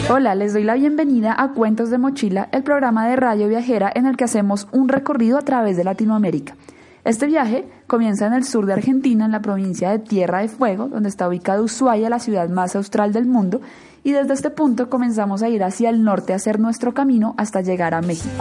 Hola, les doy la bienvenida a Cuentos de Mochila, el programa de radio viajera en el que hacemos un recorrido a través de Latinoamérica. Este viaje comienza en el sur de Argentina, en la provincia de Tierra de Fuego, donde está ubicada Ushuaia, la ciudad más austral del mundo, y desde este punto comenzamos a ir hacia el norte a hacer nuestro camino hasta llegar a México.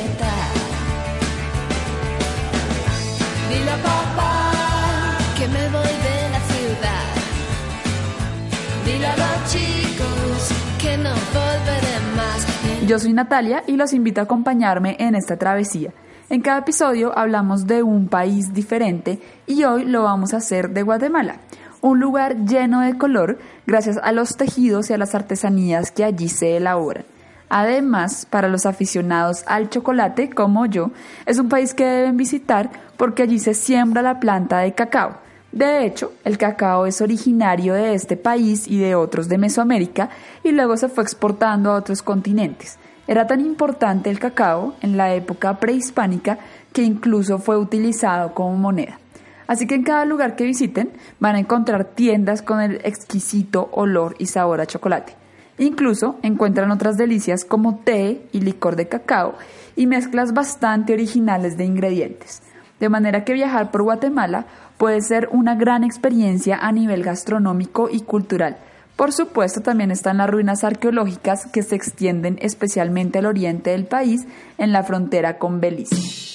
Dile a papá que me voy de la ciudad. Dile a los chicos que no volveré más. Yo soy Natalia y los invito a acompañarme en esta travesía. En cada episodio hablamos de un país diferente y hoy lo vamos a hacer de Guatemala, un lugar lleno de color gracias a los tejidos y a las artesanías que allí se elaboran. Además, para los aficionados al chocolate como yo, es un país que deben visitar porque allí se siembra la planta de cacao. De hecho, el cacao es originario de este país y de otros de Mesoamérica y luego se fue exportando a otros continentes. Era tan importante el cacao en la época prehispánica que incluso fue utilizado como moneda. Así que en cada lugar que visiten van a encontrar tiendas con el exquisito olor y sabor a chocolate. Incluso encuentran otras delicias como té y licor de cacao y mezclas bastante originales de ingredientes. De manera que viajar por Guatemala puede ser una gran experiencia a nivel gastronómico y cultural. Por supuesto, también están las ruinas arqueológicas que se extienden especialmente al oriente del país, en la frontera con Belice.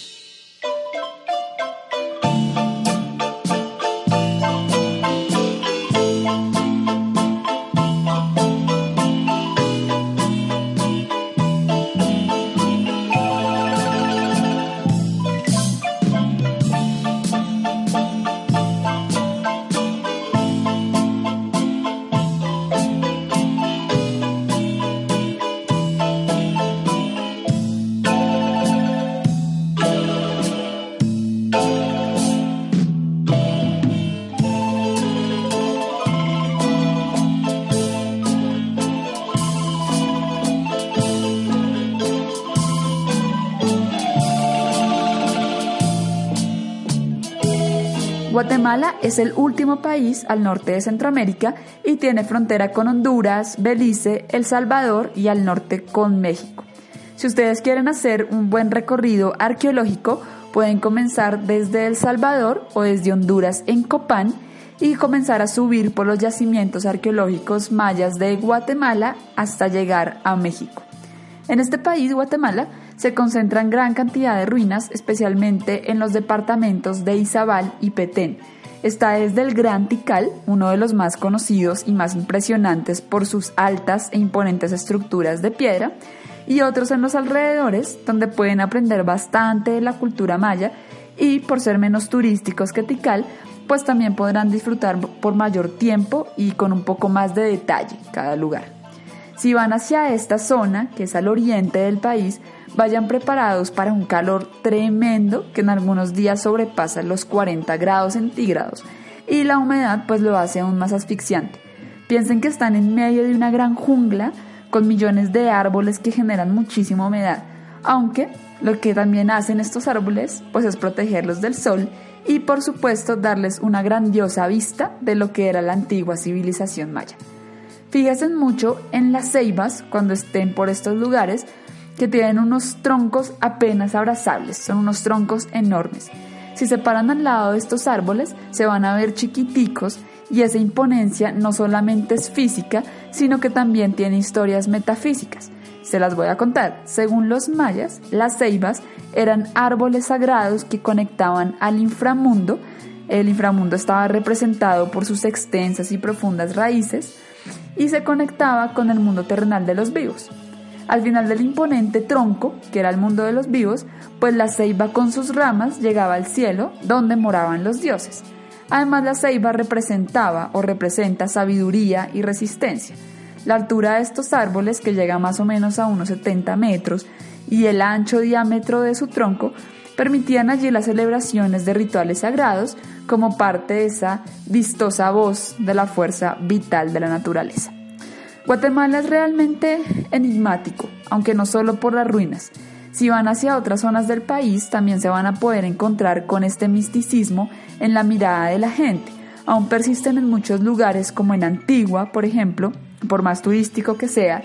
Guatemala es el último país al norte de Centroamérica y tiene frontera con Honduras, Belice, El Salvador y al norte con México. Si ustedes quieren hacer un buen recorrido arqueológico, pueden comenzar desde El Salvador o desde Honduras en Copán y comenzar a subir por los yacimientos arqueológicos mayas de Guatemala hasta llegar a México. En este país, Guatemala, se concentran gran cantidad de ruinas, especialmente en los departamentos de Izabal y Petén. Esta es del Gran Tikal, uno de los más conocidos y más impresionantes por sus altas e imponentes estructuras de piedra, y otros en los alrededores, donde pueden aprender bastante de la cultura maya y, por ser menos turísticos que Tikal, pues también podrán disfrutar por mayor tiempo y con un poco más de detalle cada lugar. Si van hacia esta zona, que es al oriente del país, vayan preparados para un calor tremendo que en algunos días sobrepasa los 40 grados centígrados y la humedad pues lo hace aún más asfixiante. Piensen que están en medio de una gran jungla con millones de árboles que generan muchísima humedad, aunque lo que también hacen estos árboles pues es protegerlos del sol y por supuesto darles una grandiosa vista de lo que era la antigua civilización maya. Fíjense mucho en las ceibas cuando estén por estos lugares, que tienen unos troncos apenas abrazables, son unos troncos enormes. Si se paran al lado de estos árboles, se van a ver chiquiticos y esa imponencia no solamente es física, sino que también tiene historias metafísicas. Se las voy a contar. Según los mayas, las ceibas eran árboles sagrados que conectaban al inframundo. El inframundo estaba representado por sus extensas y profundas raíces y se conectaba con el mundo terrenal de los vivos. Al final del imponente tronco, que era el mundo de los vivos, pues la ceiba con sus ramas llegaba al cielo, donde moraban los dioses. Además, la ceiba representaba o representa sabiduría y resistencia. La altura de estos árboles, que llega más o menos a unos 70 metros, y el ancho diámetro de su tronco, permitían allí las celebraciones de rituales sagrados como parte de esa vistosa voz de la fuerza vital de la naturaleza. Guatemala es realmente enigmático, aunque no solo por las ruinas. Si van hacia otras zonas del país, también se van a poder encontrar con este misticismo en la mirada de la gente. Aún persisten en muchos lugares, como en Antigua, por ejemplo, por más turístico que sea,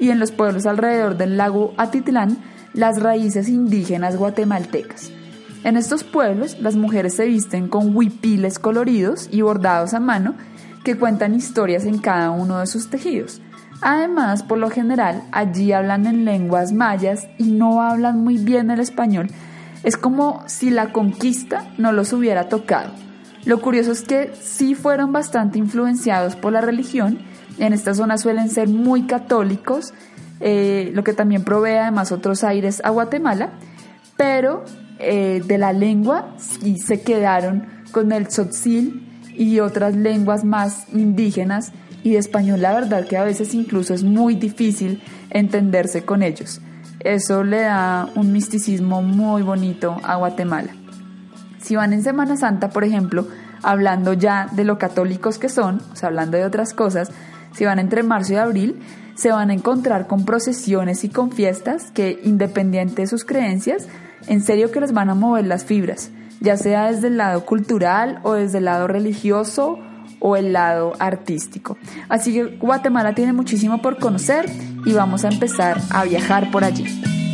y en los pueblos alrededor del lago Atitlán, las raíces indígenas guatemaltecas. En estos pueblos, las mujeres se visten con huipiles coloridos y bordados a mano que cuentan historias en cada uno de sus tejidos. Además, por lo general, allí hablan en lenguas mayas y no hablan muy bien el español. Es como si la conquista no los hubiera tocado. Lo curioso es que sí fueron bastante influenciados por la religión. En esta zona suelen ser muy católicos, lo que también provee además otros aires a Guatemala, pero de la lengua sí se quedaron con el tzotzil y otras lenguas más indígenas, y de español la verdad que a veces incluso es muy difícil entenderse con ellos. Eso le da un misticismo muy bonito a Guatemala. Si van en Semana Santa, por ejemplo, hablando ya de lo católicos que son, o sea, hablando de otras cosas, si van entre marzo y abril, se van a encontrar con procesiones y con fiestas que, independiente de sus creencias, en serio que les van a mover las fibras, ya sea desde el lado cultural o desde el lado religioso o el lado artístico. Así que Guatemala tiene muchísimo por conocer y vamos a empezar a viajar por allí.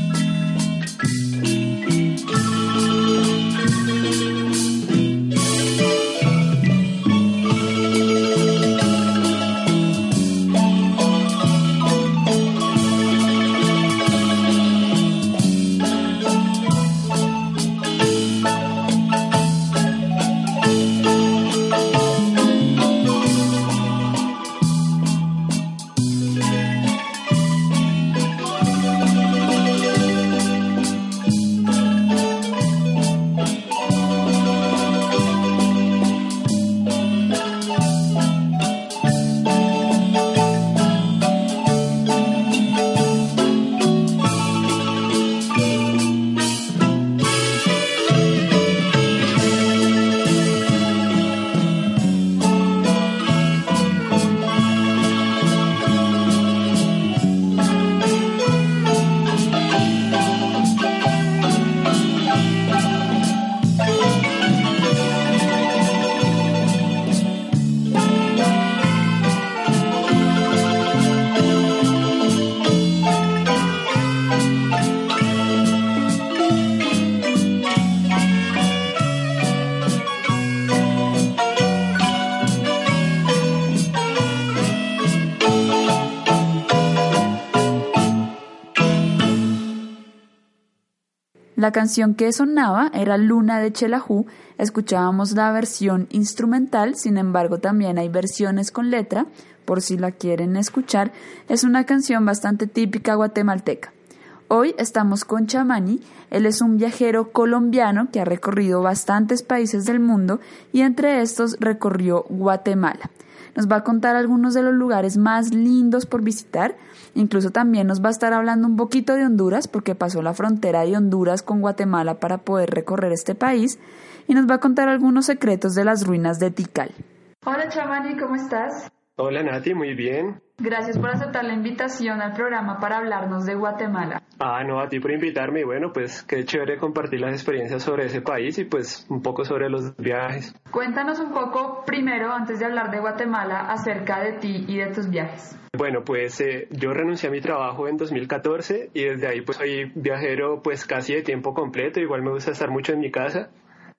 La canción que sonaba era Luna de Xelajú. Escuchábamos la versión instrumental, sin embargo también hay versiones con letra, por si la quieren escuchar. Es una canción bastante típica guatemalteca. Hoy estamos con Chamani. Él es un viajero colombiano que ha recorrido bastantes países del mundo y entre estos recorrió Guatemala. Nos va a contar algunos de los lugares más lindos por visitar. Incluso también nos va a estar hablando un poquito de Honduras, porque pasó la frontera de Honduras con Guatemala para poder recorrer este país. Y nos va a contar algunos secretos de las ruinas de Tikal. Hola Chamani, ¿cómo estás? Hola Nati, muy bien. Gracias por aceptar la invitación al programa para hablarnos de Guatemala. No, a ti por invitarme y bueno, pues qué chévere compartir las experiencias sobre ese país y pues un poco sobre los viajes. Cuéntanos un poco primero, antes de hablar de Guatemala, acerca de ti y de tus viajes. Bueno, pues yo renuncié a mi trabajo en 2014 y desde ahí pues soy viajero pues casi de tiempo completo. Igual me gusta estar mucho en mi casa,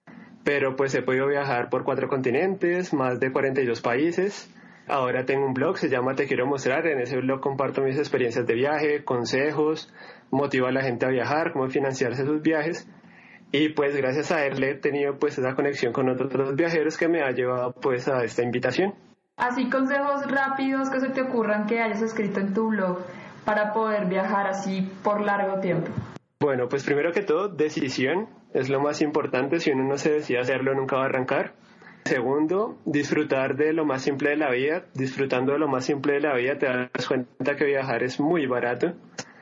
pero pues he podido viajar por 4 continentes, más de 42 países. Ahora tengo un blog, se llama Te Quiero Mostrar. En ese blog comparto mis experiencias de viaje, consejos, motivo a la gente a viajar, cómo financiarse sus viajes. Y pues gracias a él he tenido pues esa conexión con otros viajeros que me ha llevado pues a esta invitación. Así consejos rápidos que se te ocurran que hayas escrito en tu blog para poder viajar así por largo tiempo. Bueno, pues primero que todo, decisión es lo más importante. Si uno no se decide hacerlo, nunca va a arrancar. Segundo, disfrutar de lo más simple de la vida. Disfrutando de lo más simple de la vida te das cuenta que viajar es muy barato.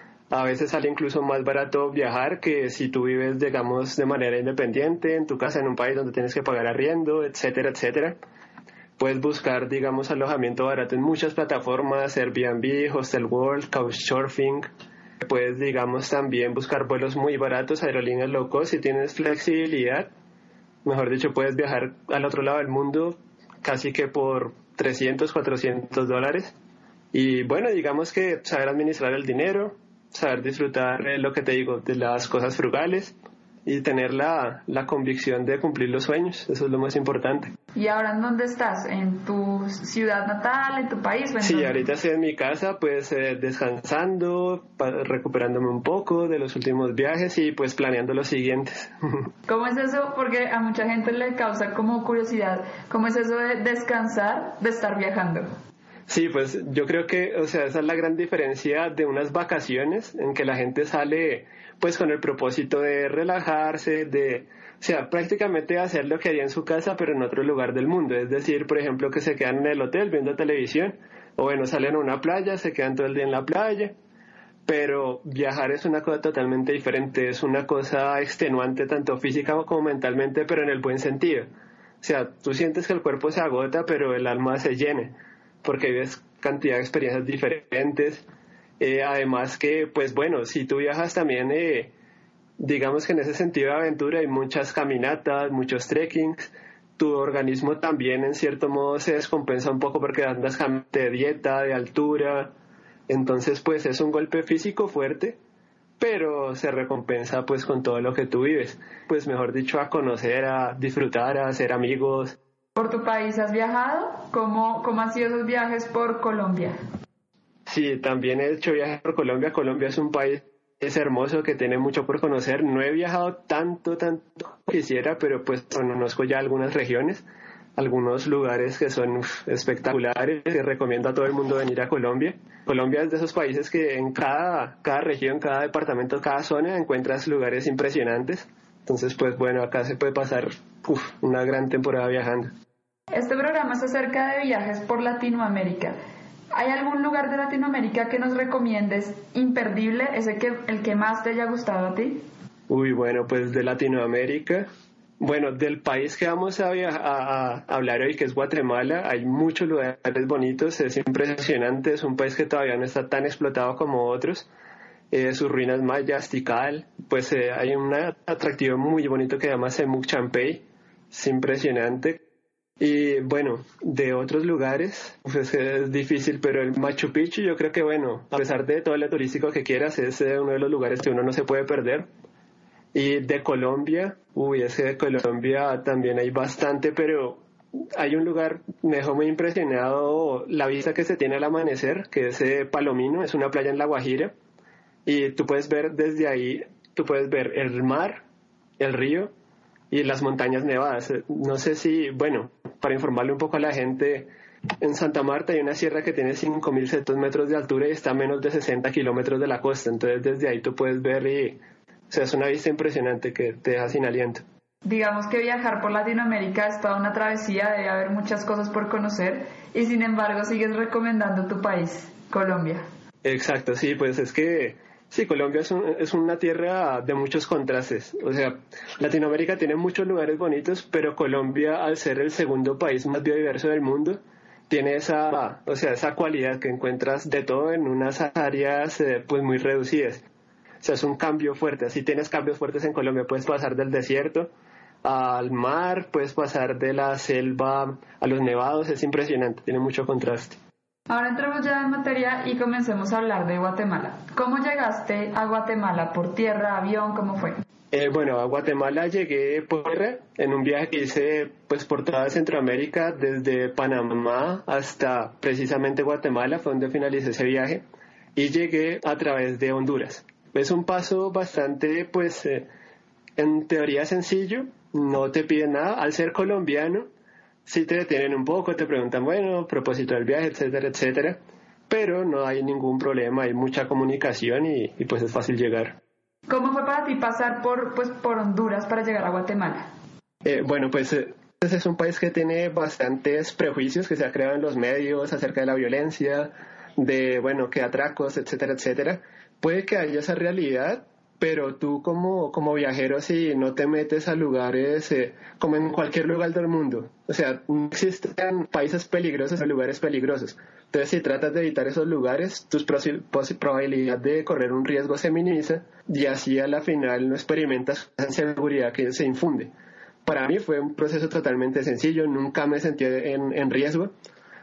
A veces sale incluso más barato viajar que si tú vives, digamos, de manera independiente, en tu casa, en un país donde tienes que pagar arriendo, etcétera, etcétera. Puedes buscar, digamos, alojamiento barato en muchas plataformas, Airbnb, Hostel World, Couchsurfing. Puedes, digamos, también buscar vuelos muy baratos, aerolíneas low cost, si tienes flexibilidad. Mejor dicho, puedes viajar al otro lado del mundo casi que por $300, $400. Y bueno, digamos que saber administrar el dinero, saber disfrutar lo que te digo, de las cosas frugales y tener la convicción de cumplir los sueños, eso es lo más importante. ¿Y ahora en dónde estás? ¿En tu ciudad natal, en tu país? Sí, ahorita estoy en mi casa, pues descansando, recuperándome un poco de los últimos viajes y pues planeando los siguientes. ¿Cómo es eso? Porque a mucha gente le causa como curiosidad, ¿cómo es eso de descansar, de estar viajando? Sí, pues yo creo que, o sea, esa es la gran diferencia de unas vacaciones en que la gente sale pues con el propósito de relajarse, o sea, prácticamente hacer lo que haría en su casa pero en otro lugar del mundo. Es decir, por ejemplo, que se quedan en el hotel viendo televisión o bueno, salen a una playa, se quedan todo el día en la playa. Pero viajar es una cosa totalmente diferente, es una cosa extenuante tanto física como mentalmente, pero en el buen sentido. O sea, tú sientes que el cuerpo se agota, pero el alma se llena, porque vives cantidad de experiencias diferentes. Además que, pues bueno, si tú viajas también, digamos que en ese sentido de aventura hay muchas caminatas, muchos trekkings, tu organismo también en cierto modo se descompensa un poco porque andas de dieta, de altura, entonces pues es un golpe físico fuerte, pero se recompensa pues con todo lo que tú vives, pues mejor dicho, a conocer, a disfrutar, a hacer amigos. ¿Por tu país has viajado? ¿Cómo han sido esos viajes por Colombia? Sí, también he hecho viajes por Colombia. Colombia es un país, es hermoso, que tiene mucho por conocer. No he viajado tanto como quisiera, pero pues conozco ya algunas regiones, algunos lugares que son espectaculares, y recomiendo a todo el mundo venir a Colombia. Colombia es de esos países que en cada región, cada departamento, cada zona encuentras lugares impresionantes. Entonces, pues bueno, acá se puede pasar una gran temporada viajando. Este programa es acerca de viajes por Latinoamérica. ¿Hay algún lugar de Latinoamérica que nos recomiendes imperdible, el que más te haya gustado a ti? Bueno, pues de Latinoamérica, bueno, del país que vamos a hablar hoy, que es Guatemala, hay muchos lugares bonitos, es impresionante, es un país que todavía no está tan explotado como otros. Sus ruinas mayas, Tikal, pues hay un atractivo muy bonito que se llama Semuc Champey, es impresionante. Y bueno, de otros lugares, pues es difícil, pero el Machu Picchu yo creo que bueno, a pesar de todo lo turístico que quieras, es uno de los lugares que uno no se puede perder. Y de Colombia, es que de Colombia también hay bastante, pero hay un lugar, me dejó muy impresionado la vista que se tiene al amanecer, que es Palomino, es una playa en La Guajira, y tú puedes ver desde ahí, tú puedes ver el mar, el río y las montañas nevadas. No sé si, bueno, para informarle un poco a la gente, en Santa Marta hay una sierra que tiene 5.700 metros de altura y está a menos de 60 kilómetros de la costa, entonces desde ahí tú puedes ver o sea, es una vista impresionante que te deja sin aliento. Digamos que viajar por Latinoamérica es toda una travesía, debe haber muchas cosas por conocer y sin embargo sigues recomendando tu país, Colombia. Exacto, sí, pues es que sí, Colombia es una tierra de muchos contrastes. O sea, Latinoamérica tiene muchos lugares bonitos, pero Colombia, al ser el segundo país más biodiverso del mundo, tiene esa cualidad que encuentras de todo en unas áreas pues muy reducidas. O sea, es un cambio fuerte. Así tienes cambios fuertes en Colombia. Puedes pasar del desierto al mar, puedes pasar de la selva a los nevados. Es impresionante, tiene mucho contraste. Ahora entremos ya en materia y comencemos a hablar de Guatemala. ¿Cómo llegaste a Guatemala? ¿Por tierra, avión? ¿Cómo fue? Bueno, a Guatemala llegué por tierra en un viaje que hice pues por toda Centroamérica, desde Panamá hasta precisamente Guatemala, fue donde finalicé ese viaje, y llegué a través de Honduras. Es un paso bastante, pues, en teoría sencillo, no te piden nada. Al ser colombiano, sí te detienen un poco, te preguntan, bueno, propósito del viaje, etcétera, etcétera, pero no hay ningún problema, hay mucha comunicación y pues es fácil llegar. ¿Cómo fue para ti pasar por Honduras para llegar a Guatemala? Bueno, pues es un país que tiene bastantes prejuicios que se ha creado en los medios acerca de la violencia, de, bueno, que atracos, etcétera, etcétera. Puede que haya esa realidad, pero tú como viajero, si no te metes a lugares como en cualquier lugar del mundo, o sea, no existen países peligrosos o lugares peligrosos. Entonces, si tratas de evitar esos lugares, tus probabilidad de correr un riesgo se minimiza y así a la final no experimentas esa inseguridad que se infunde. Para mí fue un proceso totalmente sencillo, nunca me sentí en riesgo.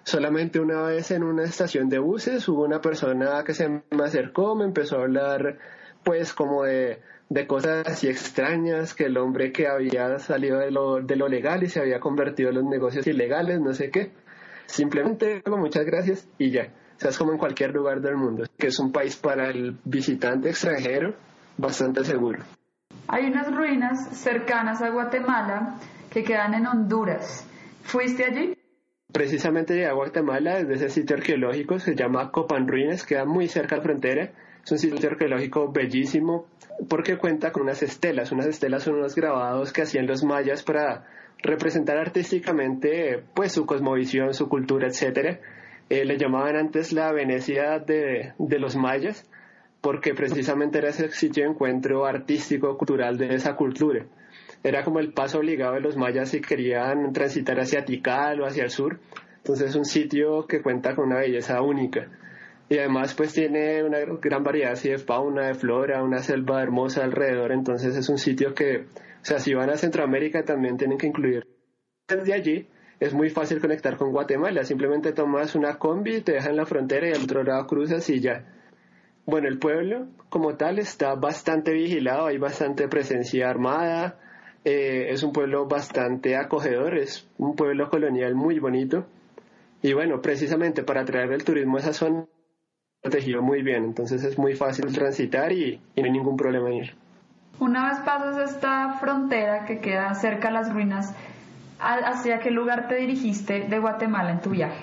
Solamente una vez en una estación de buses hubo una persona que se me acercó, me empezó a hablar pues como de cosas así extrañas, que el hombre que había salido de lo legal y se había convertido en los negocios ilegales, no sé qué. Simplemente muchas gracias y ya. O sea, es como en cualquier lugar del mundo, que es un país para el visitante extranjero bastante seguro. Hay unas ruinas cercanas a Guatemala que quedan en Honduras. ¿Fuiste allí? Precisamente llegué a Guatemala desde ese sitio arqueológico, se llama Copán Ruinas, queda muy cerca de la frontera. Es un sitio arqueológico bellísimo porque cuenta con unas estelas. Unas estelas son unos grabados que hacían los mayas para representar artísticamente pues su cosmovisión, su cultura, etcétera. Le llamaban antes la Venecia de los mayas porque precisamente era ese sitio de encuentro artístico, cultural de esa cultura. Era como el paso obligado de los mayas si querían transitar hacia Tikal o hacia el sur. Entonces es un sitio que cuenta con una belleza única. Y además pues tiene una gran variedad así de fauna, de flora, una selva hermosa alrededor. Entonces es un sitio que, o sea, si van a Centroamérica también tienen que incluir. Desde allí es muy fácil conectar con Guatemala. Simplemente tomas una combi, te dejan en la frontera y al otro lado cruzas y ya. Bueno, el pueblo como tal está bastante vigilado, hay bastante presencia armada. Es un pueblo bastante acogedor, es un pueblo colonial muy bonito y bueno, precisamente para atraer el turismo a esa zona protegido muy bien, entonces es muy fácil transitar y no hay ningún problema en ir. Una vez pasas esta frontera que queda cerca a las ruinas, ¿hacia qué lugar te dirigiste de Guatemala en tu viaje?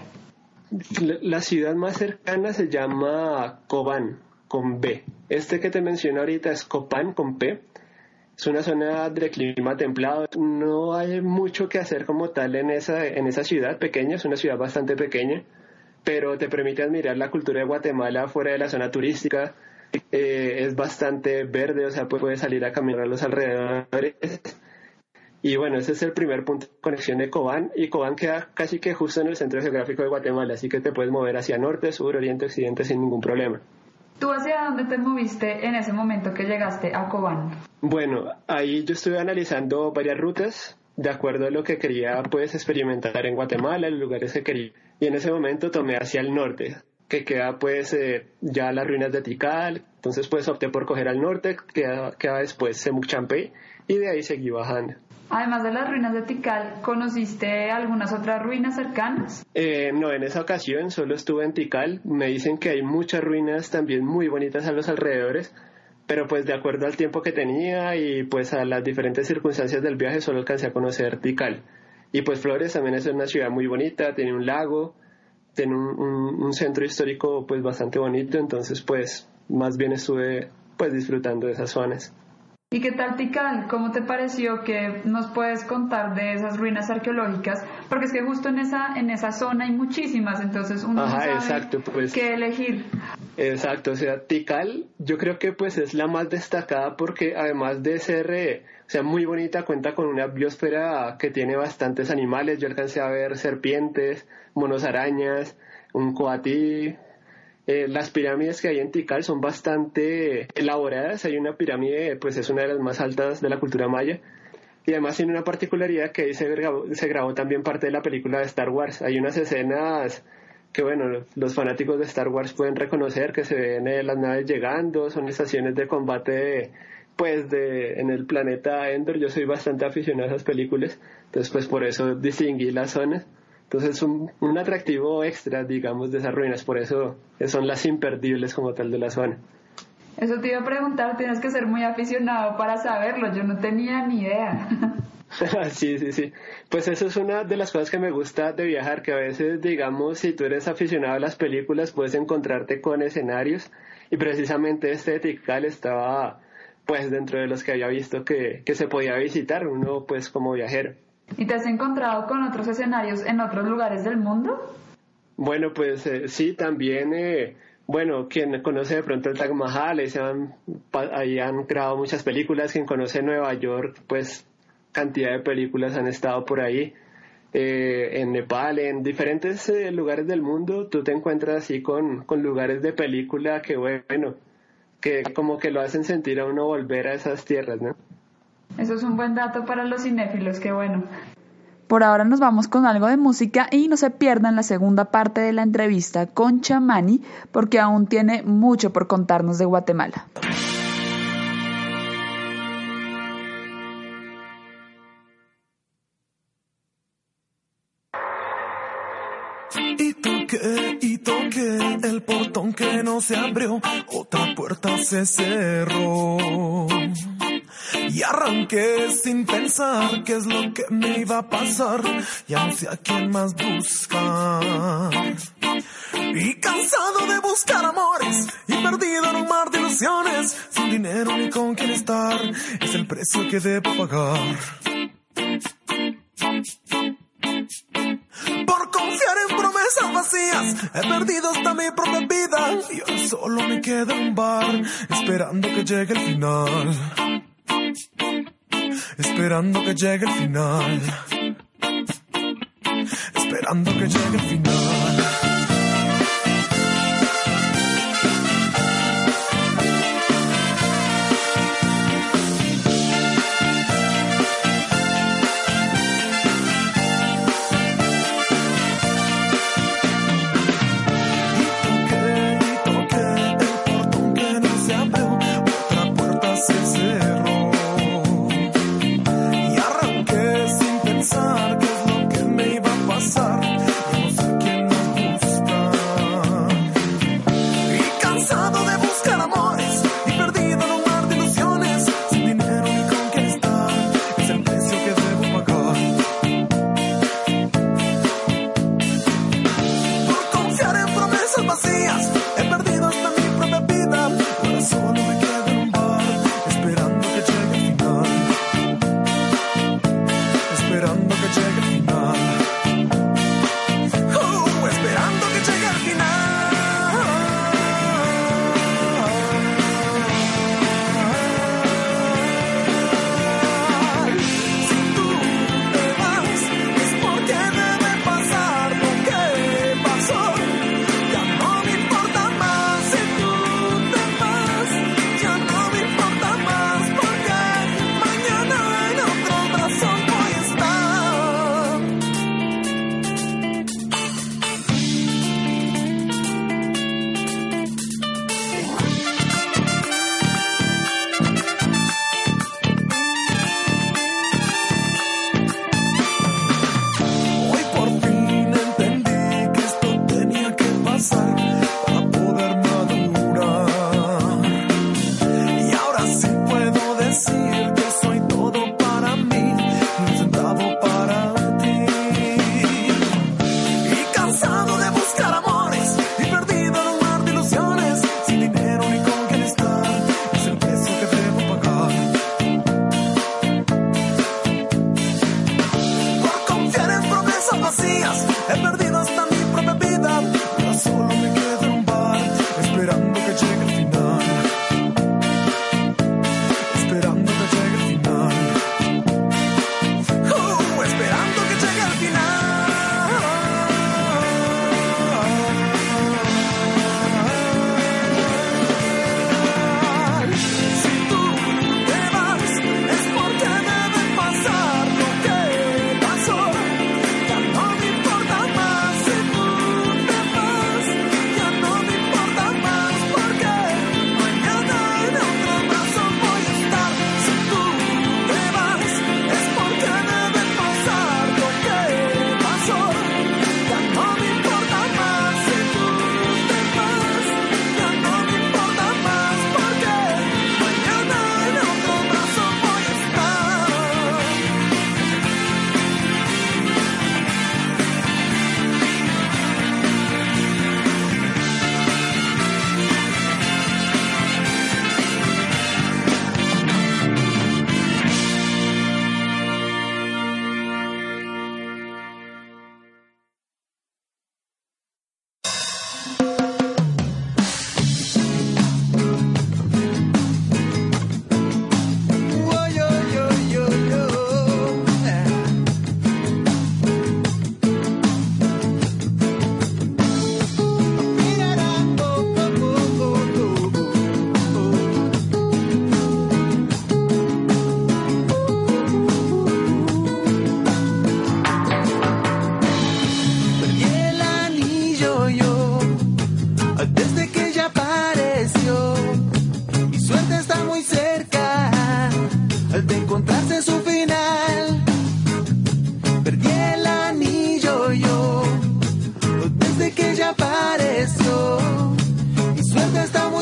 La ciudad más cercana se llama Cobán, con B. Este que te menciono ahorita es Copán, con P. Es una zona de clima templado, no hay mucho que hacer como tal en esa ciudad pequeña, es una ciudad bastante pequeña, pero te permite admirar la cultura de Guatemala fuera de la zona turística. Es bastante verde, o sea, puedes salir a caminar a los alrededores. Y bueno, ese es el primer punto de conexión de Cobán, y Cobán queda casi que justo en el centro geográfico de Guatemala, así que te puedes mover hacia norte, sur, oriente, occidente sin ningún problema. ¿Tú hacia dónde te moviste en ese momento que llegaste a Cobán? Bueno, ahí yo estuve analizando varias rutas de acuerdo a lo que quería pues experimentar en Guatemala, los lugares que quería. Y en ese momento tomé hacia el norte, que queda pues ya las ruinas de Tikal. Entonces pues opté por coger al norte, queda después Semuc Champey, y de ahí seguí bajando. Además de las ruinas de Tikal, ¿conociste algunas otras ruinas cercanas? No, en esa ocasión solo estuve en Tikal. Me dicen que hay muchas ruinas también muy bonitas a los alrededores, pero pues de acuerdo al tiempo que tenía y pues a las diferentes circunstancias del viaje solo alcancé a conocer Tikal. Y pues Flores también es una ciudad muy bonita, tiene un lago, tiene un centro histórico pues bastante bonito, entonces pues más bien estuve pues disfrutando de esas zonas. ¿Y qué tal Tikal? ¿Cómo te pareció? ¿Qué nos puedes contar de esas ruinas arqueológicas? Porque es que justo en esa zona hay muchísimas, entonces uno no sabe exacto, pues, qué elegir. Exacto, o sea, Tikal yo creo que pues es la más destacada porque además de ser o sea, muy bonita, cuenta con una biosfera que tiene bastantes animales. Yo alcancé a ver serpientes, monos arañas, un coatí. Las pirámides que hay en Tikal son bastante elaboradas. Hay una pirámide, pues es una de las más altas de la cultura maya. Y además tiene una particularidad que ahí se grabó también parte de la película de Star Wars. Hay unas escenas que, bueno, los fanáticos de Star Wars pueden reconocer, que se ven las naves llegando, son estaciones de combate en el planeta Endor. Yo soy bastante aficionado a esas películas, entonces pues por eso distinguí las zonas. Entonces un atractivo extra, digamos, de esas ruinas, por eso son las imperdibles como tal de la zona. Eso te iba a preguntar, tienes que ser muy aficionado para saberlo, yo no tenía ni idea. Sí. Pues eso es una de las cosas que me gusta de viajar, que a veces, digamos, si tú eres aficionado a las películas, puedes encontrarte con escenarios, y precisamente este de Tikal estaba pues dentro de los que había visto que se podía visitar uno pues como viajero. ¿Y te has encontrado con otros escenarios en otros lugares del mundo? Bueno, pues sí, también, bueno, quien conoce de pronto el Taj Mahal, ahí han grabado muchas películas. Quien conoce Nueva York, pues cantidad de películas han estado por ahí. En Nepal, en diferentes lugares del mundo, tú te encuentras así con lugares de película que, bueno, que como que lo hacen sentir a uno volver a esas tierras, ¿no? Eso es un buen dato para los cinéfilos, qué bueno. Por ahora nos vamos con algo de música y no se pierdan la segunda parte de la entrevista con Chamani porque aún tiene mucho por contarnos de Guatemala. Y toqué el portón que no se abrió, otra puerta se cerró. Y arranqué sin pensar qué es lo que me iba a pasar, ya no sé a quién más buscar. Y cansado de buscar amores y perdido en un mar de ilusiones, sin dinero ni con quién estar, es el precio que debo pagar. Por confiar en promesas vacías, he perdido hasta mi propia vida. Y ahora solo me queda un bar, esperando que llegue el final. Esperando que llegue el final. Esperando que llegue el final. Qué es lo que me iba a pasar, yo no sé quién más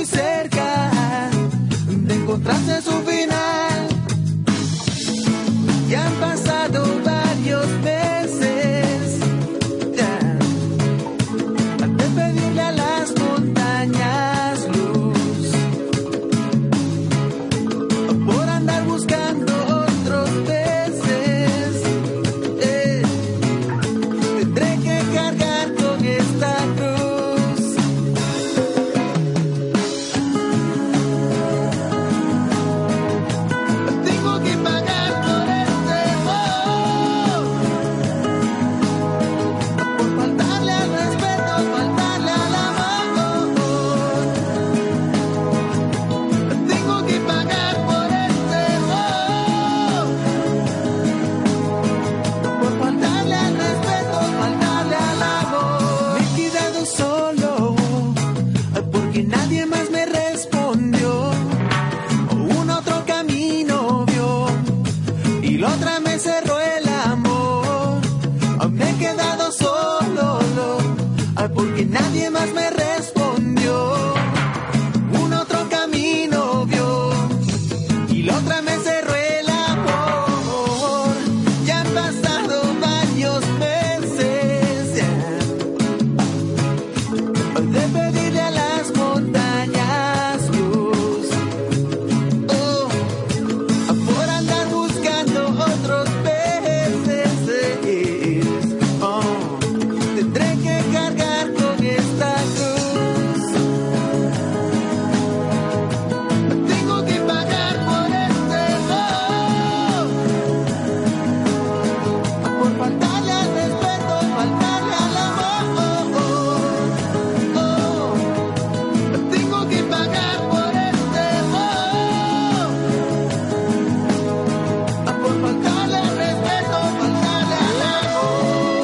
cerca de encontrarse su final. Ya han pasado varios meses ya, de pedirle a las montañas luz por andar buscando otros peces. Tendré que cargar con esta cruz. Tengo que pagar por este amor, por faltarle al respeto, faltarle al amor. Tengo que pagar por este amor, por faltarle al respeto, faltarle al amor. Me he quedado solo porque nadie más me respondió. Un otro camino vio y la otra me cerró el amor. Me he quedado solo porque nadie más me respondió. Un otro camino vio y la otra me cerró el amor. Ya han pasado varios meses de pedirle a las montañas luz, por andar buscando otros peces. Tendré que cargar con esta cruz. Tengo que pagar por este amor, por faltarle al respeto, faltarle al amor. Tengo que pagar por este amor, por faltarle al respeto, faltarle al amor.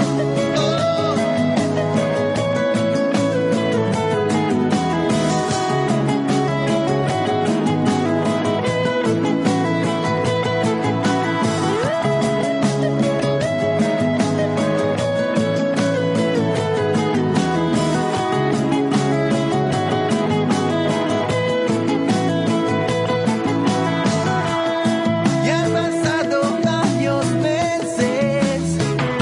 Ya han pasado varios meses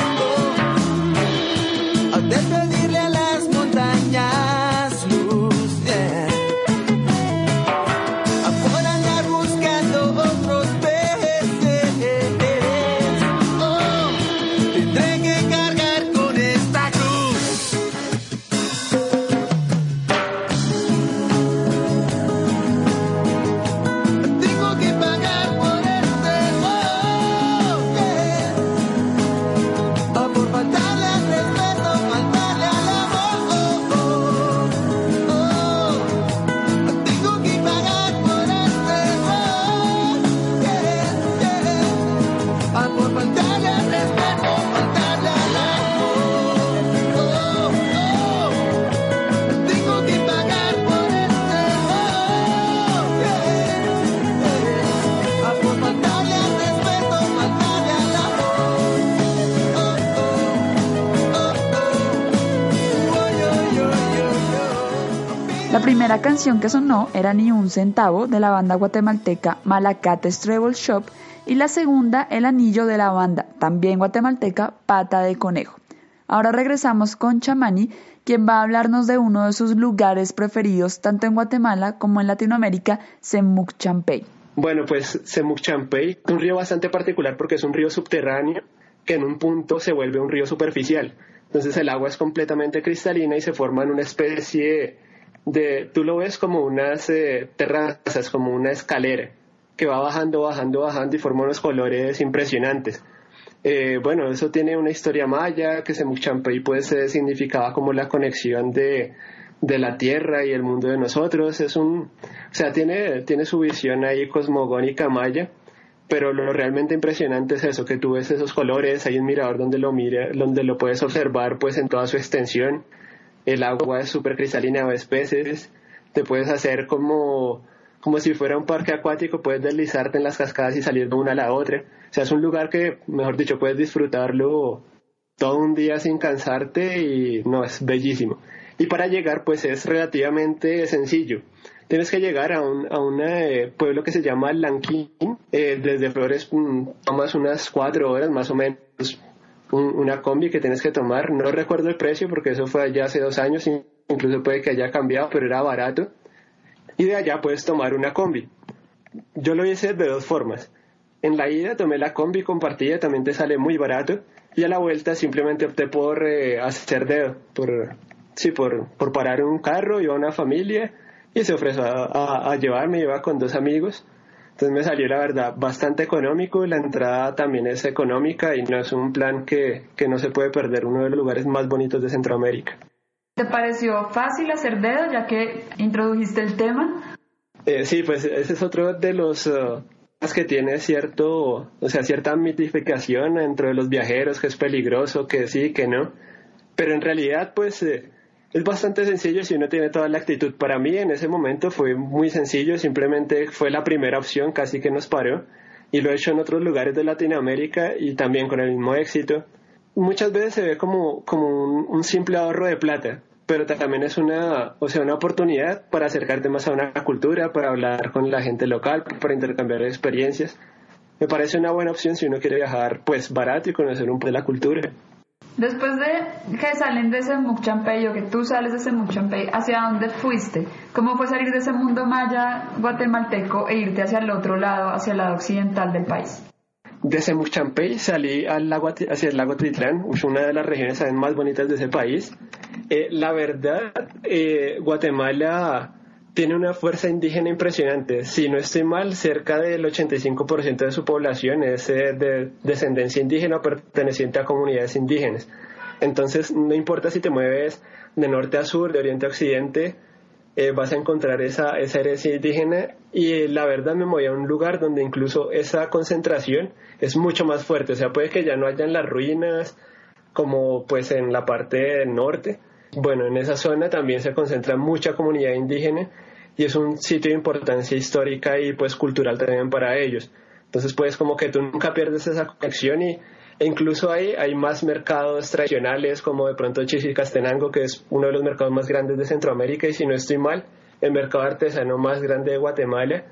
de pedirle a las montañas luz, por andar buscando otros peces. Tendré que cargar con esta cruz. Tengo que pagar por este amor, por faltarle al respeto, faltarle al amor. Tengo que pagar por este amor, por faltarle al respeto, faltarle al amor. Tengo que pagar por este amor, por faltarle al respeto, faltarle al amor. La primera canción que sonó era Ni un centavo de la banda guatemalteca Malacates Treble Shop y la segunda El anillo de la banda, también guatemalteca, Pata de Conejo. Ahora regresamos con Chamani, quien va a hablarnos de uno de sus lugares preferidos tanto en Guatemala como en Latinoamérica, Semuc Champey. Bueno, pues Semuc Champey es un río bastante particular porque es un río subterráneo que en un punto se vuelve un río superficial. Entonces el agua es completamente cristalina y se forma en una especie de, tú lo ves como unas terrazas, como una escalera que va bajando y forma unos colores impresionantes. Bueno, eso tiene una historia maya, que Semuc Champey pues significaba como la conexión de la tierra y el mundo de nosotros. Tiene su visión ahí cosmogónica maya, pero lo realmente impresionante es eso, que tú ves esos colores, hay un mirador donde lo puedes observar pues en toda su extensión. El agua es súper cristalina, ves peces, te puedes hacer como si fuera un parque acuático, puedes deslizarte en las cascadas y salir de una a la otra. O sea, es un lugar que, mejor dicho, puedes disfrutarlo todo un día sin cansarte y no, es bellísimo. Y para llegar, pues es relativamente sencillo. tienes que llegar a un pueblo que se llama Lanquín. Desde Flores tomas unas 4 horas más o menos, una combi que tienes que tomar. No recuerdo el precio porque eso fue allá hace 2 años, incluso puede que haya cambiado, pero era barato. Y de allá puedes tomar una combi. Yo lo hice de 2 formas. En la ida tomé la combi compartida, también te sale muy barato. Y a la vuelta simplemente opté por hacer dedo, por parar un carro, iba a una familia y se ofreció a llevarme, iba con 2 amigos. Entonces me salió, la verdad, bastante económico. La entrada también es económica y no es un plan que no se puede perder, uno de los lugares más bonitos de Centroamérica. ¿Te pareció fácil hacer dedo ya que introdujiste el tema? Sí, pues ese es otro de los que tiene cierta mitificación dentro de los viajeros, que es peligroso, que sí, que no. Pero en realidad, pues es bastante sencillo si uno tiene toda la actitud. Para mí en ese momento fue muy sencillo, simplemente fue la primera opción, casi que nos paró. Y lo he hecho en otros lugares de Latinoamérica y también con el mismo éxito. Muchas veces se ve como un simple ahorro de plata, pero también es una oportunidad para acercarte más a una cultura, para hablar con la gente local, para intercambiar experiencias. Me parece una buena opción si uno quiere viajar pues barato y conocer un poco de la cultura. Después de que salen de Semuc Champey o que tú sales de Semuc Champey, ¿hacia dónde fuiste? ¿Cómo fue salir de ese mundo maya guatemalteco e irte hacia el otro lado, hacia el lado occidental del país? De Semuc Champey salí hacia el lago Titlán, una de las regiones más bonitas de ese país. La verdad, Guatemala tiene una fuerza indígena impresionante. Si no estoy mal, cerca del 85% de su población es de descendencia indígena o perteneciente a comunidades indígenas. Entonces, no importa si te mueves de norte a sur, de oriente a occidente, vas a encontrar esa herencia indígena. Y la verdad, me moví a un lugar donde incluso esa concentración es mucho más fuerte. O sea, puede que ya no hayan las ruinas como pues en la parte norte. Bueno, en esa zona también se concentra mucha comunidad indígena y es un sitio de importancia histórica y pues cultural también para ellos. Entonces pues como que tú nunca pierdes esa conexión e incluso hay más mercados tradicionales como de pronto Chichicastenango, que es uno de los mercados más grandes de Centroamérica, y si no estoy mal, el mercado artesano más grande de Guatemala,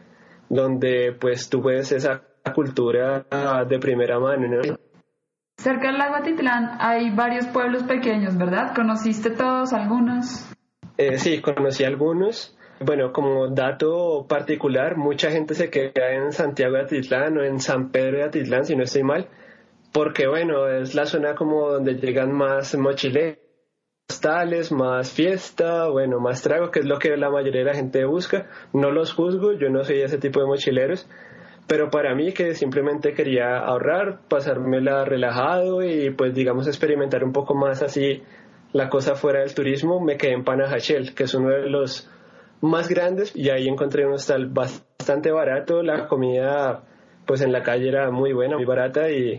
donde pues tú ves esa cultura de primera mano, ¿no? Cerca del lago Atitlán hay varios pueblos pequeños, ¿verdad? ¿Conociste todos, algunos? Sí, conocí algunos. Bueno, como dato particular, mucha gente se queda en Santiago de Atitlán o en San Pedro de Atitlán, si no estoy mal, porque bueno, es la zona como donde llegan más mochileros, hostales, más fiesta, bueno, más trago, que es lo que la mayoría de la gente busca. No los juzgo, yo no soy ese tipo de mochileros, pero para mí, que simplemente quería ahorrar, pasármela relajado y pues digamos experimentar un poco más así la cosa fuera del turismo, me quedé en Panajachel, que es uno de los más grandes, y ahí encontré un hostal bastante barato. La comida pues en la calle era muy buena, muy barata, y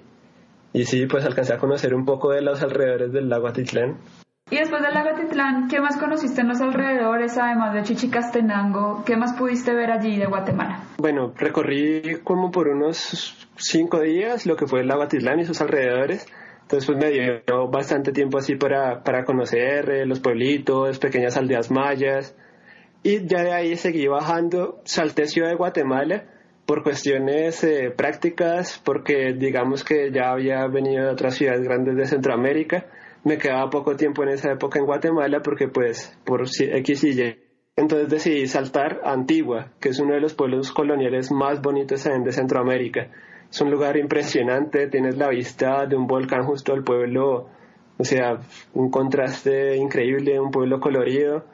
sí, pues alcancé a conocer un poco de los alrededores del lago Atitlán. Y después del lago Atitlán, ¿qué más conociste en los alrededores, además de Chichicastenango? ¿Qué más pudiste ver allí de Guatemala? Bueno, recorrí como por unos 5 días lo que fue el lago Atitlán y sus alrededores. Entonces pues me dio bastante tiempo así para conocer los pueblitos, pequeñas aldeas mayas. Y ya de ahí seguí bajando, salté Ciudad de Guatemala por cuestiones prácticas, porque digamos que ya había venido de otras ciudades grandes de Centroamérica. Me quedaba poco tiempo en esa época en Guatemala porque pues por X y Y. Entonces decidí saltar a Antigua, que es uno de los pueblos coloniales más bonitos de Centroamérica. Es un lugar impresionante, tienes la vista de un volcán justo al pueblo, o sea, un contraste increíble, un pueblo colorido,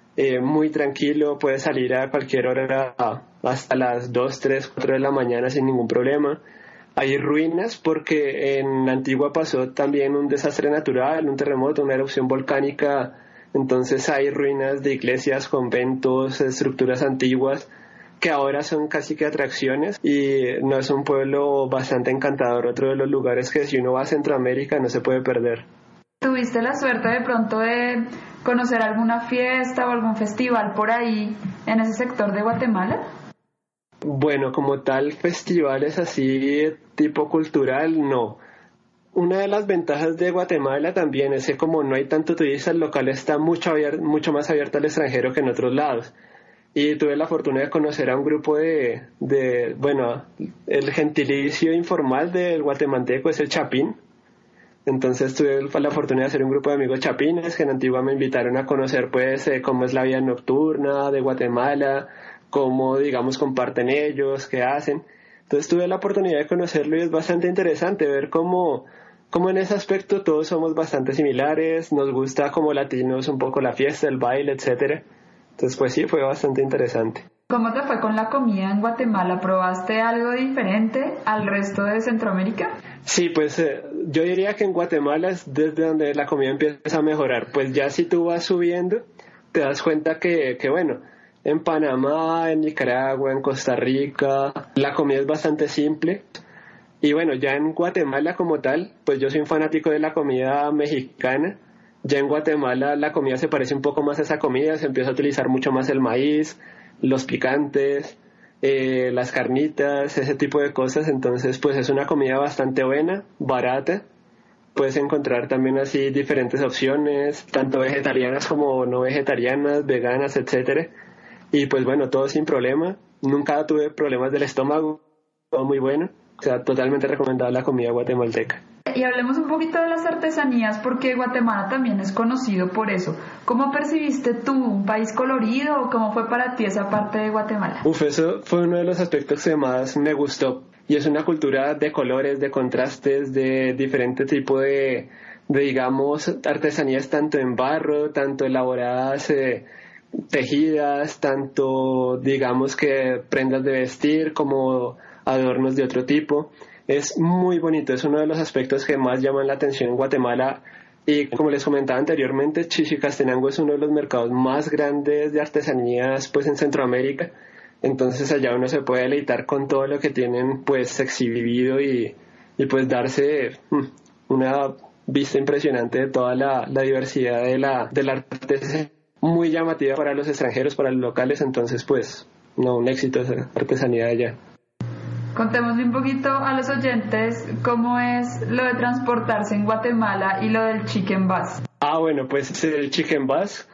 muy tranquilo, puedes salir a cualquier hora hasta las 2, 3, 4 de la mañana sin ningún problema. Hay ruinas porque en Antigua pasó también un desastre natural, un terremoto, una erupción volcánica. Entonces hay ruinas de iglesias, conventos, estructuras antiguas que ahora son casi que atracciones, y no, es un pueblo bastante encantador, otro de los lugares que si uno va a Centroamérica no se puede perder. ¿Tuviste la suerte de pronto de conocer alguna fiesta o algún festival por ahí en ese sector de Guatemala? Bueno, como tal, festivales así tipo cultural, no. Una de las ventajas de Guatemala también es que como no hay tanto turista, el local está mucho más abierto al extranjero que en otros lados. y tuve la fortuna de conocer a un grupo bueno, el gentilicio informal del guatemalteco es el chapín. Entonces tuve la fortuna de hacer un grupo de amigos chapines que en Antigua me invitaron a conocer pues cómo es la vida nocturna de Guatemala, cómo digamos comparten ellos, qué hacen. Entonces tuve la oportunidad de conocerlo y es bastante interesante ver cómo en ese aspecto todos somos bastante similares, nos gusta como latinos un poco la fiesta, el baile, etcétera. Entonces pues sí, fue bastante interesante. ¿Cómo te fue con la comida en Guatemala? ¿Probaste algo diferente al resto de Centroamérica? Sí, pues yo diría que en Guatemala es desde donde la comida empieza a mejorar. Pues ya si tú vas subiendo, te das cuenta que bueno, en Panamá, en Nicaragua, en Costa Rica, la comida es bastante simple. Y bueno, ya en Guatemala como tal, pues yo soy un fanático de la comida mexicana. Ya en Guatemala la comida se parece un poco más a esa comida, se empieza a utilizar mucho más el maíz, los picantes, las carnitas, ese tipo de cosas. Entonces pues es una comida bastante buena, barata. Puedes encontrar también así diferentes opciones, tanto vegetarianas como no vegetarianas, veganas, etcétera. Y pues bueno, todo sin problema. Nunca tuve problemas del estómago, todo muy bueno. O sea, totalmente recomendada la comida guatemalteca. Y hablemos un poquito de las artesanías, porque Guatemala también es conocido por eso. ¿Cómo percibiste tú un país colorido o cómo fue para ti esa parte de Guatemala? Eso fue uno de los aspectos que más me gustó. Y es una cultura de colores, de contrastes, de diferente tipo de digamos, artesanías tanto en barro, tanto elaboradas, tejidas, tanto, digamos que prendas de vestir como adornos de otro tipo. Es muy bonito, es uno de los aspectos que más llaman la atención en Guatemala. Y como les comentaba anteriormente, Chichicastenango es uno de los mercados más grandes de artesanías pues en Centroamérica. Entonces allá uno se puede deleitar con todo lo que tienen pues exhibido y pues darse una vista impresionante de toda la diversidad de la arte, muy llamativa para los extranjeros, para los locales. Entonces pues un éxito esa artesanía de allá. Contémosle un poquito a los oyentes cómo es lo de transportarse en Guatemala y lo del chicken bus. Bueno, pues el chicken bus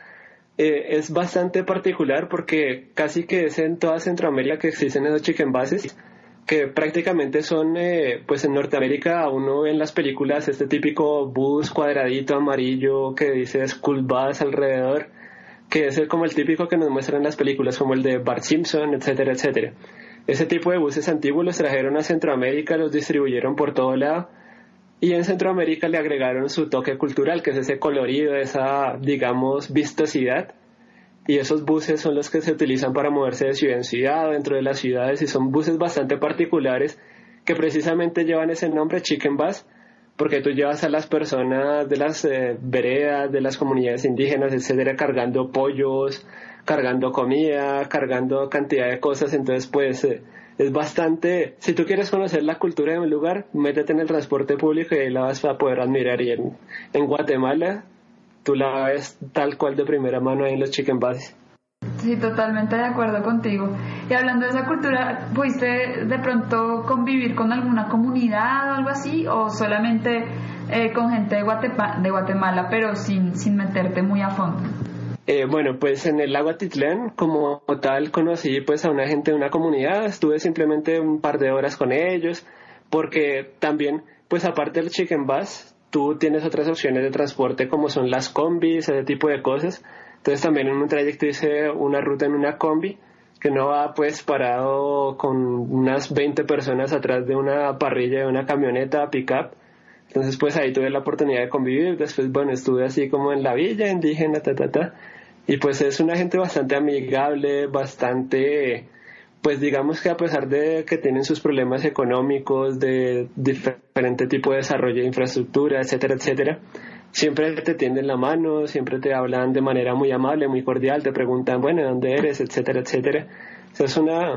es bastante particular porque casi que es en toda Centroamérica que existen esos chicken buses, que prácticamente son, pues en Norteamérica uno ve en las películas este típico bus cuadradito amarillo que dice school bus alrededor, que es como el típico que nos muestran en las películas, como el de Bart Simpson, etcétera, etcétera. Ese tipo de buses antiguos los trajeron a Centroamérica, los distribuyeron por todo lado y en Centroamérica le agregaron su toque cultural, que es ese colorido, esa, digamos, vistosidad. Y esos buses son los que se utilizan para moverse de ciudad en ciudad, dentro de las ciudades, y son buses bastante particulares que precisamente llevan ese nombre, Chicken Bus, porque tú llevas a las personas de las veredas, de las comunidades indígenas, etcétera, cargando pollos, cargando comida, cargando cantidad de cosas. Entonces pues es bastante, si tú quieres conocer la cultura de un lugar, métete en el transporte público y ahí la vas a poder admirar. Y en Guatemala tú la ves tal cual de primera mano ahí en los chicken buses. Sí, totalmente de acuerdo contigo. Y hablando de esa cultura, ¿pudiste de pronto convivir con alguna comunidad o algo así? ¿O solamente con gente de Guatemala, pero sin meterte muy a fondo? Bueno, pues en el lago Atitlán, como tal, conocí pues a una gente de una comunidad. Estuve simplemente un par de horas con ellos, porque también, pues aparte del chicken bus, tú tienes otras opciones de transporte como son las combis, ese tipo de cosas. Entonces también en un trayecto hice una ruta en una combi que no va pues parado con unas 20 personas atrás de una parrilla de una camioneta pick-up. Entonces pues ahí tuve la oportunidad de convivir. Después bueno, estuve así como en la villa indígena, y pues es una gente bastante amigable, bastante, pues digamos que a pesar de que tienen sus problemas económicos, de diferente tipo de desarrollo de infraestructura, etcétera, etcétera, siempre te tienden la mano, siempre te hablan de manera muy amable, muy cordial, te preguntan, bueno, ¿de dónde eres?, etcétera, etcétera. O sea, es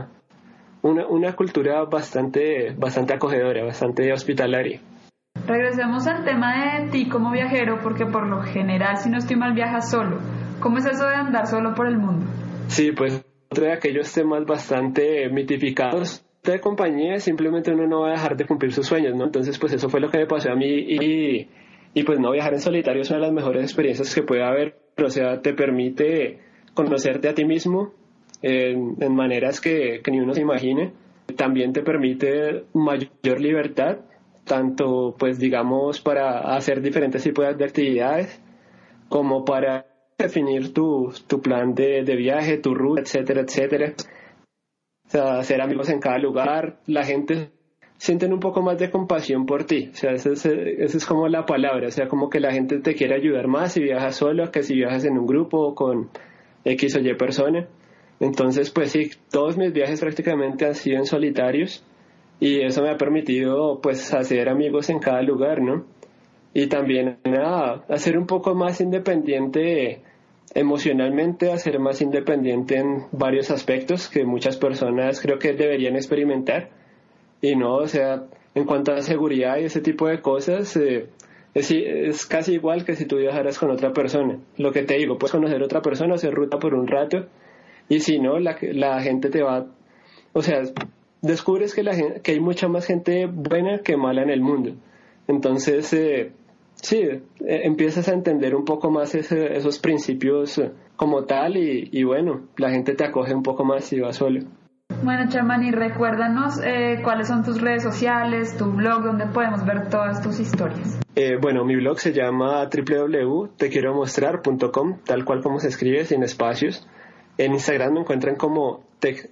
una cultura bastante acogedora, bastante hospitalaria. Regresemos al tema de ti como viajero, porque por lo general, si no estoy mal, viajas solo. ¿Cómo es eso de andar solo por el mundo? Sí, pues otro de aquellos temas bastante mitificados de compañía, simplemente uno no va a dejar de cumplir sus sueños, ¿no? Entonces, pues eso fue lo que me pasó a mí y pues no, viajar en solitario es una de las mejores experiencias que puede haber. O sea, te permite conocerte a ti mismo, en maneras que ni uno se imagine. También te permite mayor libertad, tanto pues digamos para hacer diferentes tipos de actividades, como para definir tu plan de viaje, tu ruta, etcétera, etcétera. O sea, hacer amigos en cada lugar, la gente sienten un poco más de compasión por ti, o sea, esa es como la palabra, o sea, como que la gente te quiere ayudar más si viajas solo que si viajas en un grupo o con X o Y persona. Entonces, pues sí, todos mis viajes prácticamente han sido en solitarios y eso me ha permitido pues hacer amigos en cada lugar, ¿no? Y también hacer un poco más independiente emocionalmente, hacer más independiente en varios aspectos que muchas personas creo que deberían experimentar. Y no, o sea, en cuanto a seguridad y ese tipo de cosas, es casi igual que si tú viajaras con otra persona. Lo que te digo, puedes conocer a otra persona, hacer ruta por un rato, y si no, la gente te va... O sea, descubres que hay mucha más gente buena que mala en el mundo. Entonces, empiezas a entender un poco más esos principios como tal, y bueno, la gente te acoge un poco más si vas solo. Bueno, Chamani, recuérdanos cuáles son tus redes sociales, tu blog, donde podemos ver todas tus historias. Bueno, mi blog se llama www.tequieromostrar.com, tal cual como se escribe, sin espacios. En Instagram me encuentran como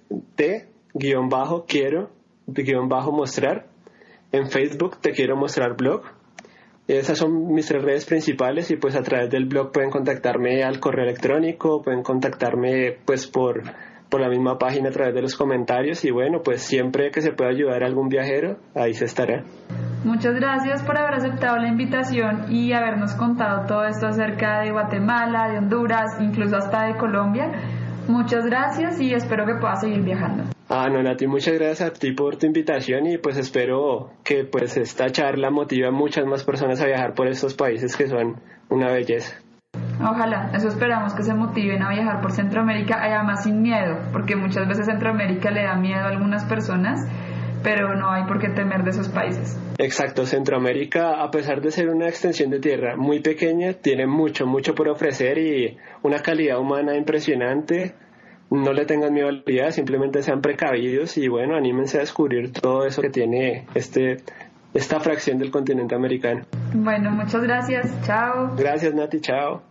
te-quiero-mostrar. En Facebook, Te Quiero Mostrar Blog. Esas son mis 3 redes principales, y pues a través del blog pueden contactarme al correo electrónico, pueden contactarme pues por la misma página a través de los comentarios, y bueno, pues siempre que se pueda ayudar a algún viajero, ahí se estará. Muchas gracias por haber aceptado la invitación y habernos contado todo esto acerca de Guatemala, de Honduras, incluso hasta de Colombia. Muchas gracias y espero que puedas seguir viajando. No, Nati, muchas gracias a ti por tu invitación, y pues espero que pues esta charla motive a muchas más personas a viajar por estos países que son una belleza. Ojalá, eso esperamos, que se motiven a viajar por Centroamérica, además sin miedo, porque muchas veces Centroamérica le da miedo a algunas personas, pero no hay por qué temer de esos países. Exacto, Centroamérica, a pesar de ser una extensión de tierra muy pequeña, tiene mucho por ofrecer y una calidad humana impresionante. No le tengan miedo a la vida, simplemente sean precavidos y bueno, anímense a descubrir todo eso que tiene esta fracción del continente americano. Bueno, muchas gracias, chao. Gracias, Nati, chao.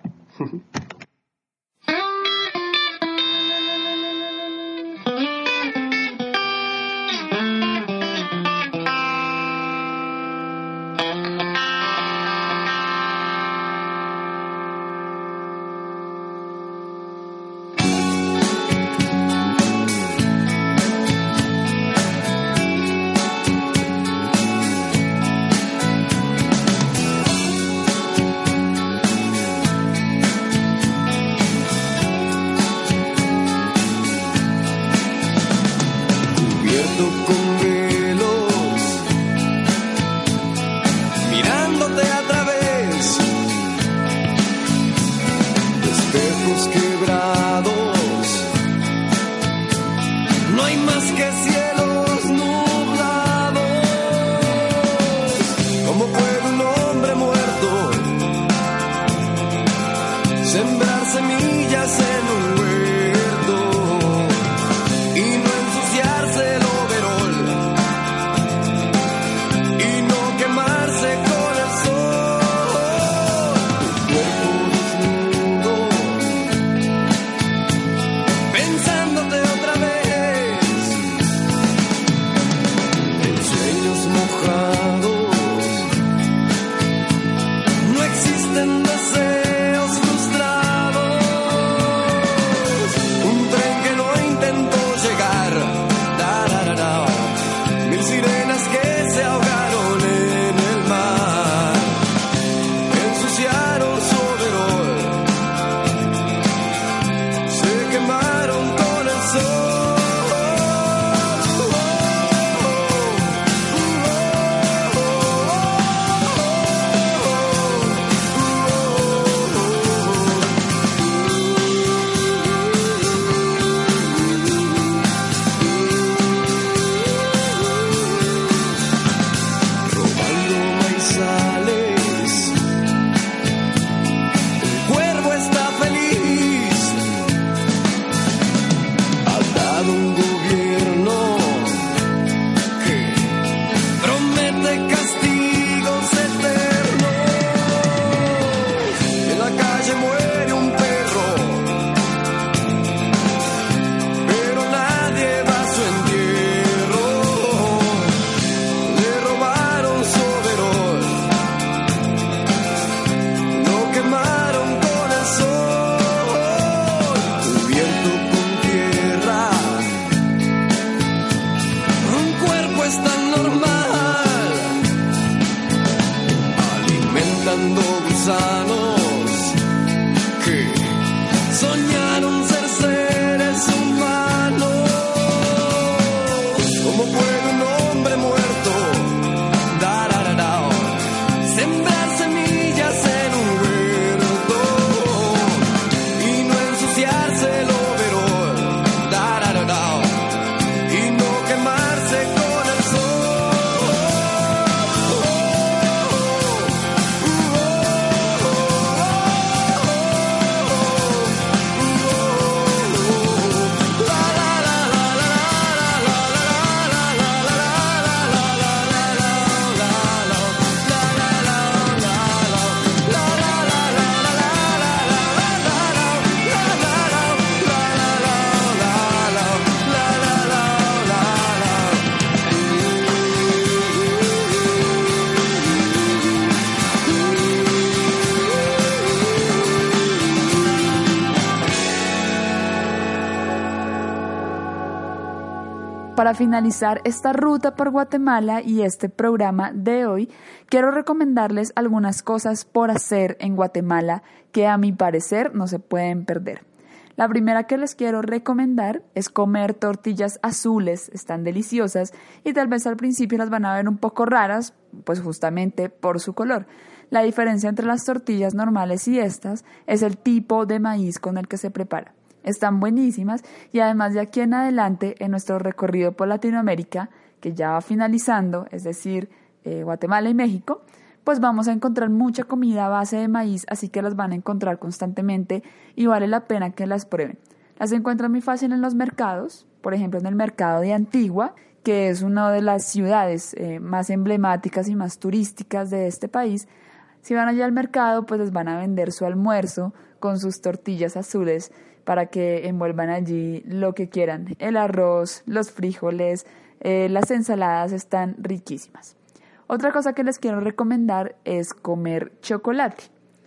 No existen deseos frustrados. quemaron con el sol, cubierto con tierra. Un cuerpo es tan normal, alimentando gusanos que soñaron ser seres humanos. ¿Cómo puede un hombre muerto sembrar semillas en un huerto y no ensuciarse el overol y no quemarse con el sol? Para finalizar esta ruta por Guatemala y este programa de hoy, quiero recomendarles algunas cosas por hacer en Guatemala que a mi parecer no se pueden perder. La primera que les quiero recomendar es comer tortillas azules, están deliciosas y tal vez al principio las van a ver un poco raras, pues justamente por su color. La diferencia entre las tortillas normales y estas es el tipo de maíz con el que se prepara. Están buenísimas y además de aquí en adelante en nuestro recorrido por Latinoamérica, que ya va finalizando, es decir, Guatemala y México, pues vamos a encontrar mucha comida a base de maíz, así que las van a encontrar constantemente y vale la pena que las prueben. Las encuentran muy fácil en los mercados, por ejemplo en el mercado de Antigua, que es una de las ciudades más emblemáticas y más turísticas de este país. Si van allá al mercado, pues les van a vender su almuerzo con sus tortillas azules para que envuelvan allí lo que quieran. El arroz, los frijoles, las ensaladas están riquísimas. Otra cosa que les quiero recomendar es comer chocolate.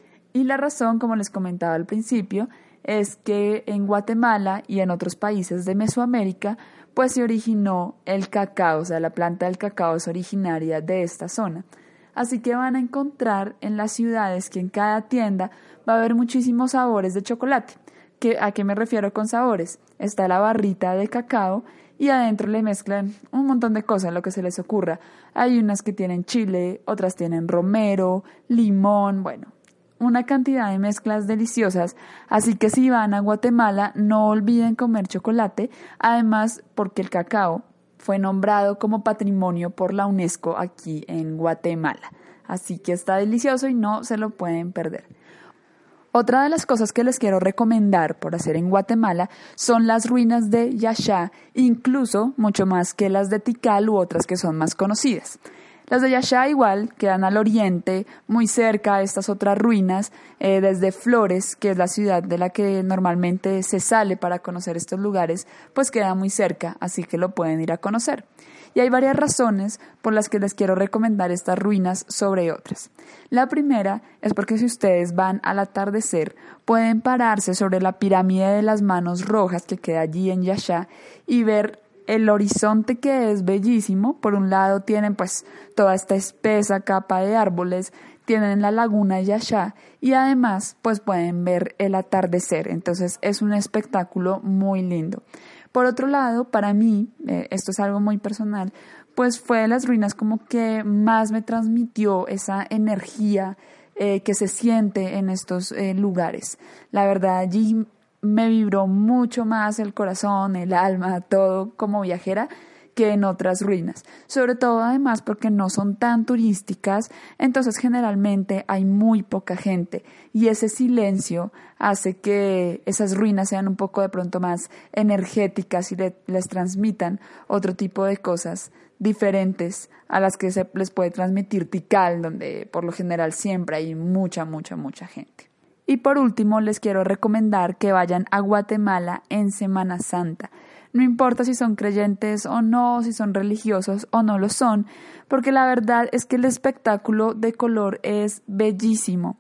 Y la razón, como les comentaba al principio, es que en Guatemala y en otros países de Mesoamérica, pues se originó el cacao, o sea, la planta del cacao es originaria de esta zona. Así que van a encontrar en las ciudades que en cada tienda va a haber muchísimos sabores de chocolate. ¿A qué me refiero con sabores? Está la barrita de cacao y adentro le mezclan un montón de cosas, lo que se les ocurra. Hay unas que tienen chile, otras tienen romero, limón, bueno, una cantidad de mezclas deliciosas. Así que si van a Guatemala, no olviden comer chocolate, además porque el cacao fue nombrado como patrimonio por la UNESCO aquí en Guatemala. Así que está delicioso y no se lo pueden perder. Otra de las cosas que les quiero recomendar por hacer en Guatemala son las ruinas de Yaxha, incluso mucho más que las de Tikal u otras que son más conocidas. Las de Yaxha igual quedan al oriente, muy cerca de estas otras ruinas, desde Flores, que es la ciudad de la que normalmente se sale para conocer estos lugares, pues queda muy cerca, así que lo pueden ir a conocer. Y hay varias razones por las que les quiero recomendar estas ruinas sobre otras. La primera es porque si ustedes van al atardecer, pueden pararse sobre la pirámide de las Manos Rojas que queda allí en Yaxha y ver el horizonte, que es bellísimo. Por un lado tienen pues toda esta espesa capa de árboles, tienen la laguna de Yaxha y además pues pueden ver el atardecer. Entonces es un espectáculo muy lindo. Por otro lado, para mí, esto es algo muy personal, pues fue de las ruinas como que más me transmitió esa energía que se siente en estos lugares. La verdad, allí me vibró mucho más el corazón, el alma, todo como viajera que en otras ruinas, sobre todo además porque no son tan turísticas, entonces generalmente hay muy poca gente y ese silencio hace que esas ruinas sean un poco de pronto más energéticas y les transmitan otro tipo de cosas diferentes a las que se les puede transmitir Tikal, donde por lo general siempre hay mucha gente. Y por último les quiero recomendar que vayan a Guatemala en Semana Santa. No importa si son creyentes o no, si son religiosos o no lo son, porque la verdad es que el espectáculo de color es bellísimo.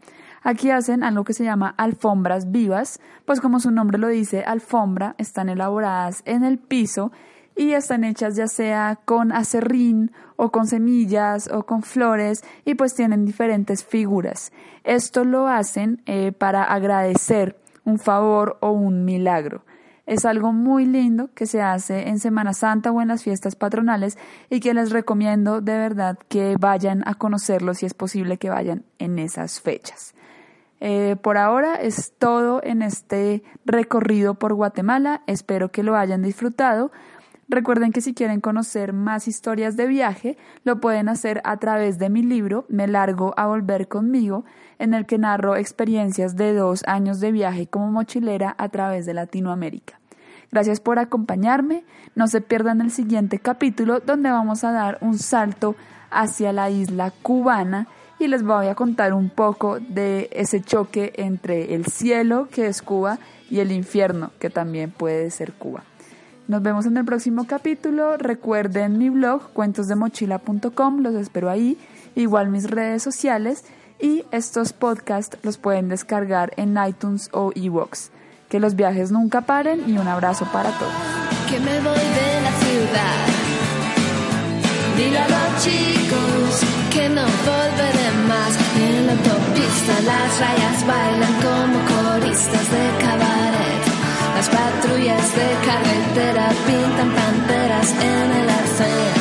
Aquí hacen algo que se llama alfombras vivas, pues como su nombre lo dice, alfombra, están elaboradas en el piso y están hechas ya sea con acerrín o con semillas o con flores y pues tienen diferentes figuras. Esto lo hacen para agradecer un favor o un milagro. Es algo muy lindo que se hace en Semana Santa o en las fiestas patronales y que les recomiendo de verdad que vayan a conocerlo si es posible que vayan en esas fechas. Por ahora es todo en este recorrido por Guatemala. Espero que lo hayan disfrutado. Recuerden que si quieren conocer más historias de viaje, lo pueden hacer a través de mi libro Me largo a volver conmigo, en el que narro experiencias de 2 años de viaje como mochilera a través de Latinoamérica. Gracias por acompañarme. No se pierdan el siguiente capítulo donde vamos a dar un salto hacia la isla cubana y les voy a contar un poco de ese choque entre el cielo, que es Cuba, y el infierno, que también puede ser Cuba. Nos vemos en el próximo capítulo. Recuerden mi blog cuentosdemochila.com, los espero ahí, igual mis redes sociales, y estos podcasts los pueden descargar en iTunes o iVoox. Que los viajes nunca paren y un abrazo para todos. Que me voy de la ciudad. Dile a los chicos que no volveré más. En la autopista las rayas bailan como coristas de cabaret. Las patrullas de carretera pintan panteras en el arcén.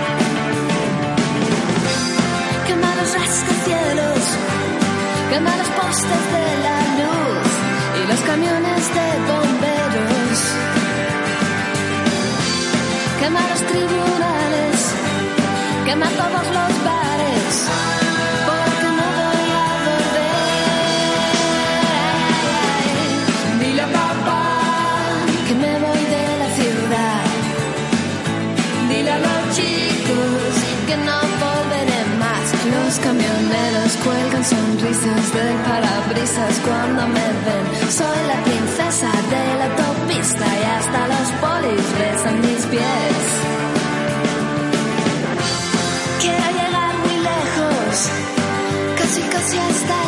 Quema los rascacielos, quema los postes de la luz y los camiones de bomberos. Quema los tribunales, quema todos los bares, porque no voy a volver. Dile a papá que me voy de la ciudad. Dile a los chicos que no volveré más. Los camioneros cuelgan sonrisas del parabrisas cuando me ven. Soy la princesa de la autopista y hasta los polis besan mis pies. Quiero llegar muy lejos, casi hasta